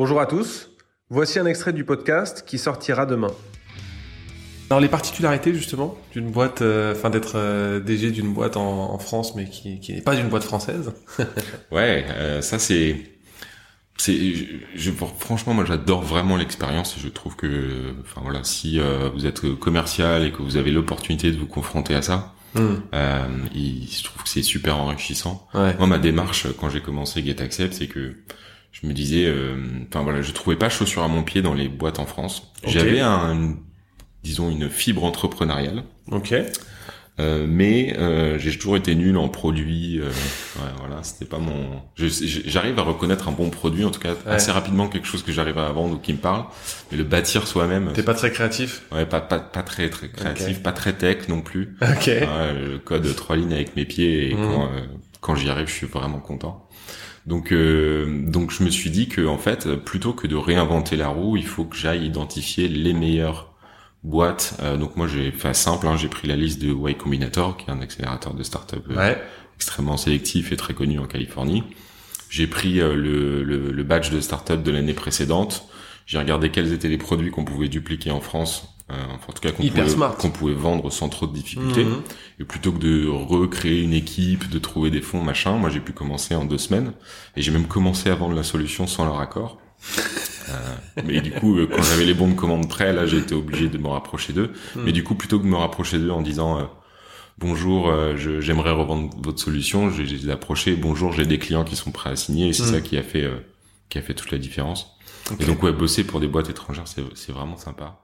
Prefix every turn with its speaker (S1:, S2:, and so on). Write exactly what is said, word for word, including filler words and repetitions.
S1: Bonjour à tous, voici un extrait du podcast qui sortira demain. Alors les particularités justement d'une boîte, euh, enfin d'être euh, D G d'une boîte en, en France mais qui, qui n'est pas une boîte française.
S2: Ouais, euh, ça c'est, c'est, je, je- franchement moi j'adore vraiment l'expérience et je trouve que, enfin voilà, si euh, vous êtes commercial et que vous avez l'opportunité de vous confronter à ça,
S1: Hmm.
S2: euh, il, je trouve que c'est super enrichissant.
S1: Ouais.
S2: Moi ma démarche quand j'ai commencé GetAccept, c'est que je me disais, euh, enfin voilà, je trouvais pas chaussure à mon pied dans les boîtes en France.
S1: Ok.
S2: J'avais un, une- disons une fibre entrepreneuriale.
S1: Ok.
S2: Euh, mais euh, j'ai toujours été nul en produits. Euh, ouais, voilà, c'était pas mon. je- je- J'arrive à reconnaître un bon produit, en tout cas
S1: Ouais.
S2: assez rapidement quelque chose que j'arrive à vendre ou qui me parle. Mais le bâtir soi-même,
S1: T'es pas très créatif?
S2: ouais, pas pas pas très très créatif,
S1: Ok.
S2: pas très tech non plus.
S1: Ok.
S2: Ouais, le code trois lignes avec mes pieds et
S1: Mhm.
S2: quand euh, quand j'y arrive, je suis vraiment content. Donc euh, donc je me suis dit que en fait, plutôt que de réinventer la roue, il faut que j'aille identifier les meilleures boîte. Euh, donc moi j'ai fait simple, hein, j'ai pris la liste de Y Combinator, qui est un accélérateur de start-up euh,
S1: Ouais.
S2: extrêmement sélectif et très connu en Californie. J'ai pris euh, le, le, le badge de start-up de l'année précédente. J'ai regardé quels étaient les produits qu'on pouvait dupliquer en France, euh, enfin, en tout cas qu'on
S1: Hyper
S2: pouvait,
S1: smart.
S2: qu'on pouvait vendre sans trop de difficultés.
S1: Mhm.
S2: Et plutôt que de recréer une équipe, de trouver des fonds, machin, moi j'ai pu commencer en deux semaines. Et j'ai même commencé à vendre la solution sans leur accord. Euh, mais du coup, euh, quand j'avais les bons de commande prêts, là, j'ai été obligé de me rapprocher d'eux.
S1: Hmm.
S2: Mais du coup, plutôt que de me rapprocher d'eux en disant euh, bonjour, euh, je, j'aimerais revendre votre solution, j'ai, j'ai approché bonjour, j'ai des clients qui sont prêts à signer, et c'est
S1: Hmm.
S2: ça qui a fait euh, qui a fait toute la différence.
S1: Ok.
S2: Et donc ouais, bosser pour des boîtes étrangères, c'est c'est vraiment sympa.